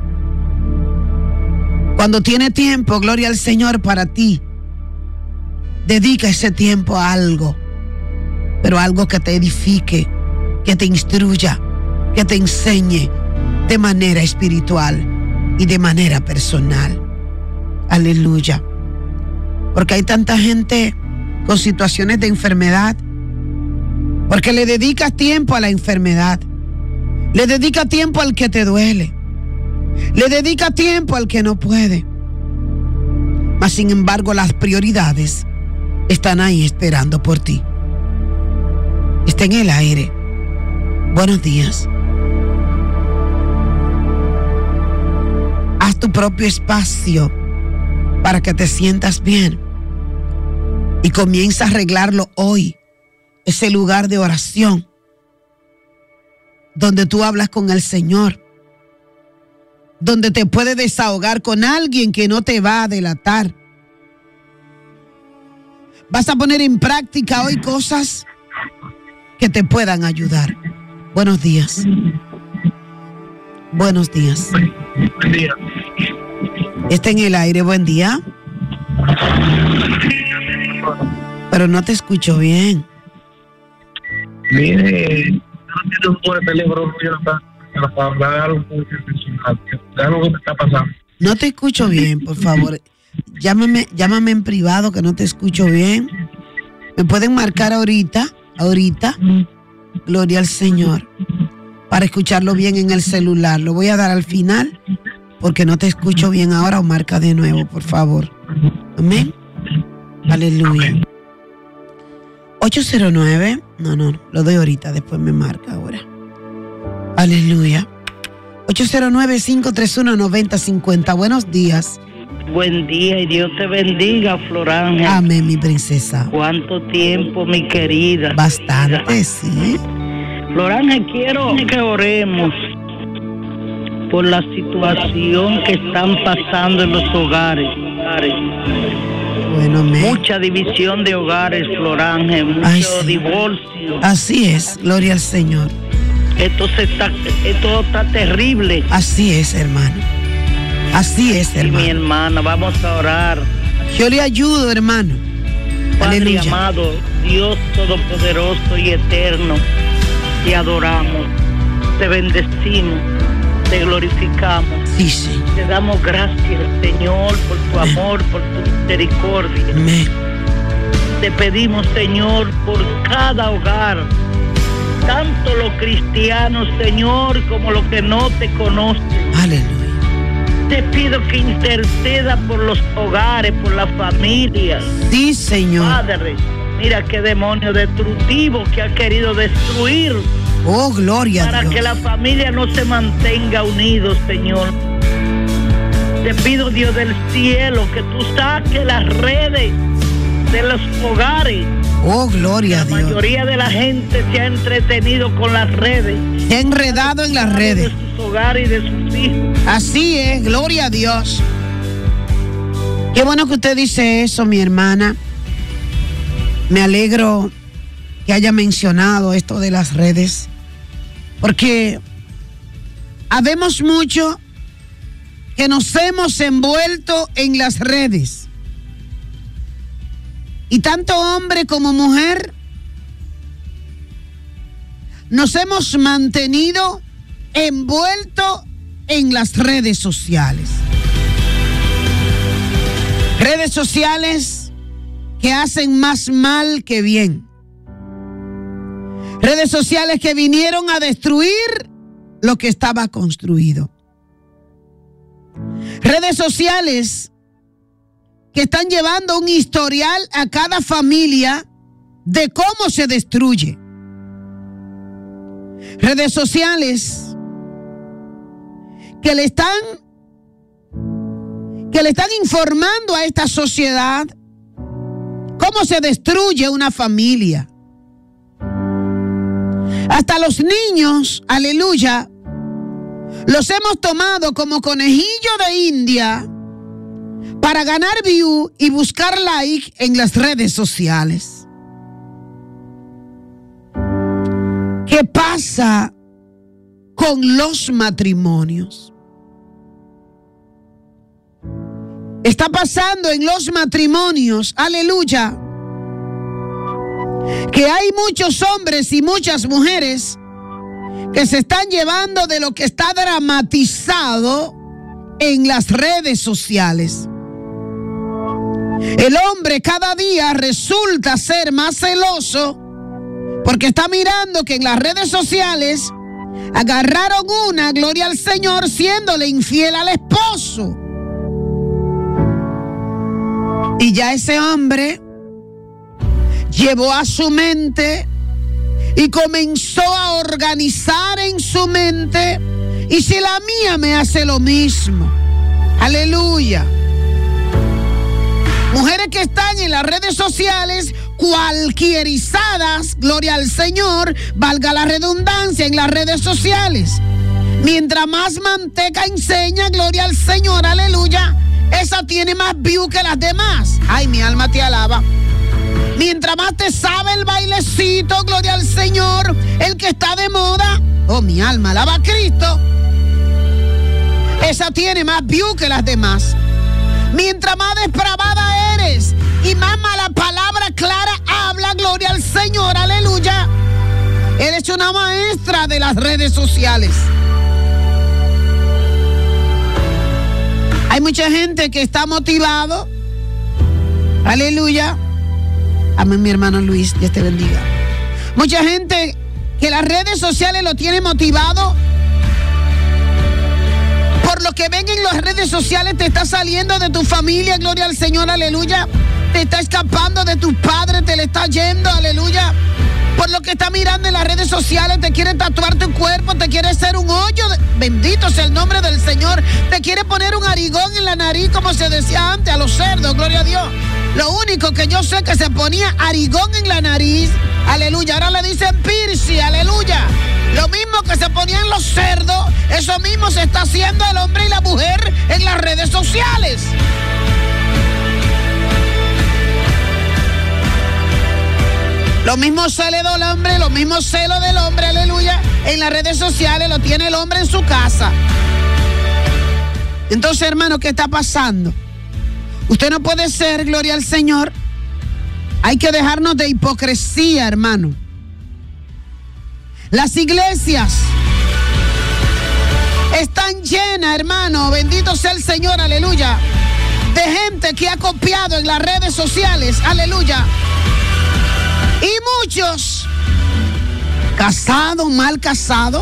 cuando tienes tiempo, gloria al Señor para ti, dedica ese tiempo a algo, pero algo que te edifique, que te instruya, que te enseñe de manera espiritual y de manera personal. Aleluya. Porque hay tanta gente con situaciones de enfermedad, porque le dedicas tiempo a la enfermedad, le dedicas tiempo al que te duele, le dedicas tiempo al que no puede. Mas sin embargo, las prioridades están ahí esperando por ti. Está en el aire. Buenos días. Haz tu propio espacio para que te sientas bien y comienza a arreglarlo hoy. Ese lugar de oración donde tú hablas con el Señor, donde te puedes desahogar con alguien que no te va a delatar. Vas a poner en práctica hoy cosas que te puedan ayudar. Buenos días. Buenos días. Buen día. Está en el aire, buen día. Pero no te escucho bien. Mire, no tiene un buen teléfono para hablar algo que me está pasando. No te escucho bien, por favor. Llámame en privado que no te escucho bien. Me pueden marcar ahorita, gloria al Señor, para escucharlo bien en el celular. Lo voy a dar al final porque no te escucho bien ahora, o marca de nuevo, por favor. Amén. Aleluya. 809, no, lo doy ahorita, después me marca ahora. Aleluya. 809-531-9050. Buenos días. Buen día y Dios te bendiga, Flor Ángel. Amén, mi princesa. ¿Cuánto tiempo, mi querida? Bastante, sí. Flor Ángel, quiero que oremos por la situación que están pasando en los hogares. Bueno, mucha división de hogares, Flor Ángel, mucho divorcio. Así es, gloria al Señor. Esto está terrible. Así es, hermano. Así es, hermano. Mi hermana, vamos a orar. Yo le ayudo, hermano. Padre Aleluya. amado, Dios todopoderoso y eterno, te adoramos, te bendecimos, te glorificamos. Sí, sí. Te damos gracias, Señor, por tu amor, por tu misericordia. Amén. Te pedimos, Señor, por cada hogar, tanto los cristianos, Señor, como los que no te conocen. Aleluya. Te pido que interceda por los hogares, por las familias. Sí, Señor. Padre, mira qué demonio destructivo que ha querido destruir. Oh, gloria a Dios. Para que la familia no se mantenga unidos, Señor. Te pido, Dios del cielo, que tú saques las redes de los hogares. Oh, gloria a Dios. La mayoría de la gente se ha entretenido con las redes. Se ha enredado en las redes. De sus hogares y de sus hijos. Así es, gloria a Dios. Qué bueno que usted dice eso, mi hermana. Me alegro que haya mencionado esto de las redes, porque habemos mucho que nos hemos envuelto en las redes. Y tanto hombre como mujer nos hemos mantenido envueltos en las redes sociales. Redes sociales que hacen más mal que bien. Redes sociales que vinieron a destruir lo que estaba construido. Redes sociales que están llevando un historial a cada familia de cómo se destruye. Redes sociales que le están informando a esta sociedad cómo se destruye una familia. Hasta los niños, aleluya, los hemos tomado como conejillo de India para ganar view y buscar like en las redes sociales. ¿Qué pasa con los matrimonios? Está pasando en los matrimonios, aleluya, que hay muchos hombres y muchas mujeres que se están llevando de lo que está dramatizado en las redes sociales. El hombre cada día resulta ser más celoso porque está mirando que en las redes sociales agarraron una, gloria al Señor, siéndole infiel al esposo. Y ya ese hombre llevó a su mente y comenzó a organizar en su mente, y si la mía me hace lo mismo, aleluya. Mujeres que están en las redes sociales cualquierizadas, gloria al Señor, valga la redundancia, en las redes sociales, Mientras más manteca enseña, gloria al Señor, aleluya, esa tiene más view que las demás. Ay, mi alma te alaba. Mientras más te sabe el bailecito, gloria al Señor, el que está de moda, oh, mi alma alaba a Cristo, esa tiene más view que las demás. Mientras más depravada eres y más mala palabra clara habla, gloria al Señor, aleluya, eres una maestra de las redes sociales. Hay mucha gente que está motivado, aleluya. Amén, mi hermano Luis, Dios te bendiga. Mucha gente que las redes sociales lo tiene motivado. Por lo que ven en las redes sociales, te está saliendo de tu familia, gloria al Señor, aleluya. Te está escapando de tus padres, te le está yendo, aleluya. Por lo que está mirando en las redes sociales, te quiere tatuar tu cuerpo, te quiere hacer un hoyo, bendito sea el nombre del Señor. Te quiere poner un arigón en la nariz, como se decía antes a los cerdos, gloria a Dios. Lo único que yo sé que se ponía arigón en la nariz, aleluya. Ahora le dicen piercing, aleluya. Lo mismo que se ponían los cerdos, eso mismo se está haciendo el hombre y la mujer en las redes sociales. Lo mismo celo del hombre, lo mismo celo del hombre, aleluya, en las redes sociales lo tiene el hombre en su casa. Entonces, hermano, ¿qué está pasando? Usted no puede ser, gloria al Señor. Hay que dejarnos de hipocresía, hermano. Las iglesias están llenas, hermano, bendito sea el Señor, aleluya, de gente que ha copiado en las redes sociales, aleluya. Y muchos, casados, mal casados,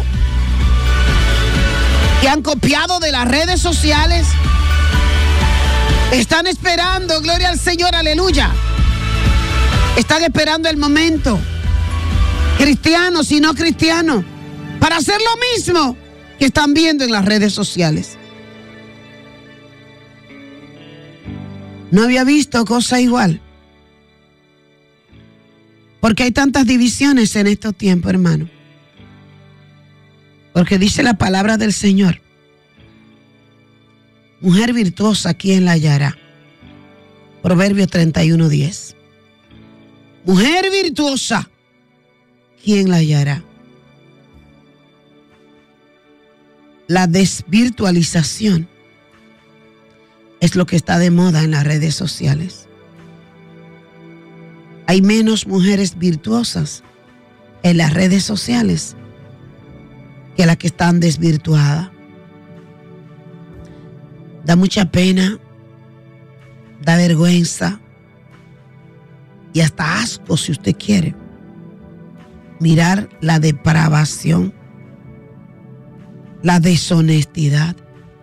que han copiado de las redes sociales, están esperando, gloria al Señor, aleluya. Están esperando el momento, cristianos y no cristianos, para hacer lo mismo que están viendo en las redes sociales. No había visto cosa igual. Porque hay tantas divisiones en estos tiempos, hermano. Porque dice la palabra del Señor: mujer virtuosa, ¿quién la hallará? Proverbios 31:10. Mujer virtuosa, ¿quién la hallará? La desvirtualización es lo que está de moda en las redes sociales. Hay menos mujeres virtuosas en las redes sociales que las que están desvirtuadas. Da mucha pena, da vergüenza y hasta asco, si usted quiere, mirar la depravación, la deshonestidad,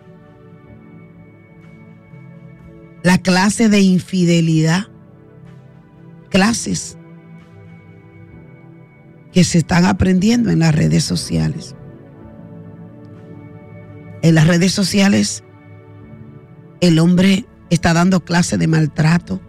la clase de infidelidad, clases que se están aprendiendo en las redes sociales. En las redes sociales el hombre está dando clases de maltrato.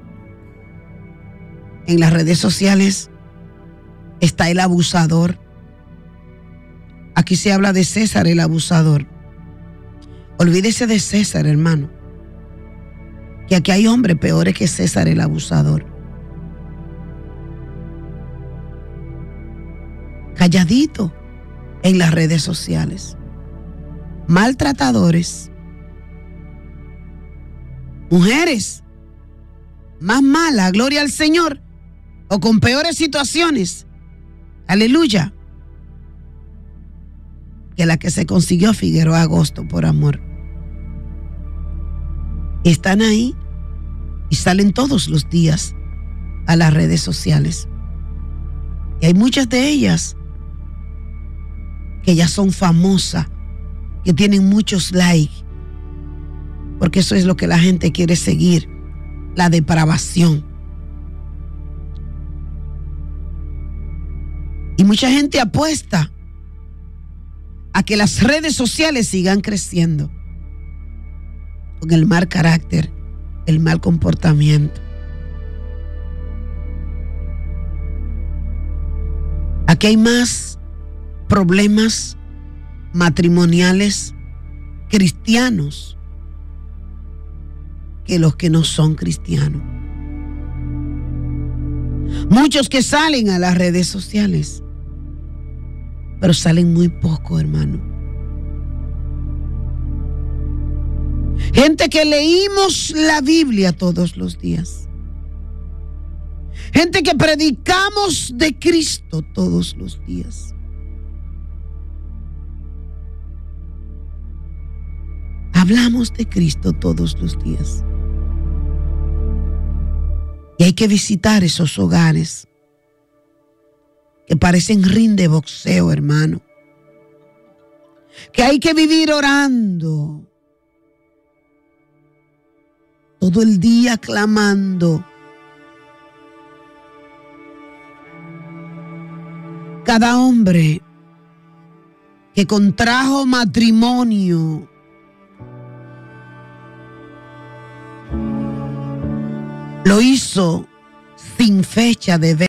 En las redes sociales está el abusador. Aquí se habla de César el abusador. Olvídese de César, hermano, que aquí hay hombres peores que César el abusador. Calladito en las redes sociales. Maltratadores. Mujeres más malas, gloria al Señor, o con peores situaciones, aleluya, que la que se consiguió Figueroa Agosto por amor. Están ahí y salen todos los días a las redes sociales. Y hay muchas de ellas que ya son famosas, que tienen muchos likes, porque eso es lo que la gente quiere seguir, la depravación. Y mucha gente apuesta a que las redes sociales sigan creciendo con el mal carácter, el mal comportamiento. Aquí hay más problemas matrimoniales cristianos que los que no son cristianos. Muchos que salen a las redes sociales, pero salen muy poco, hermano. Gente que leímos la Biblia todos los días. Gente que predicamos de Cristo todos los días. Hablamos de Cristo todos los días. Y hay que visitar esos hogares que parecen ring de boxeo, hermano. Que hay que vivir orando todo el día, clamando. Cada hombre que contrajo matrimonio lo hizo sin fecha de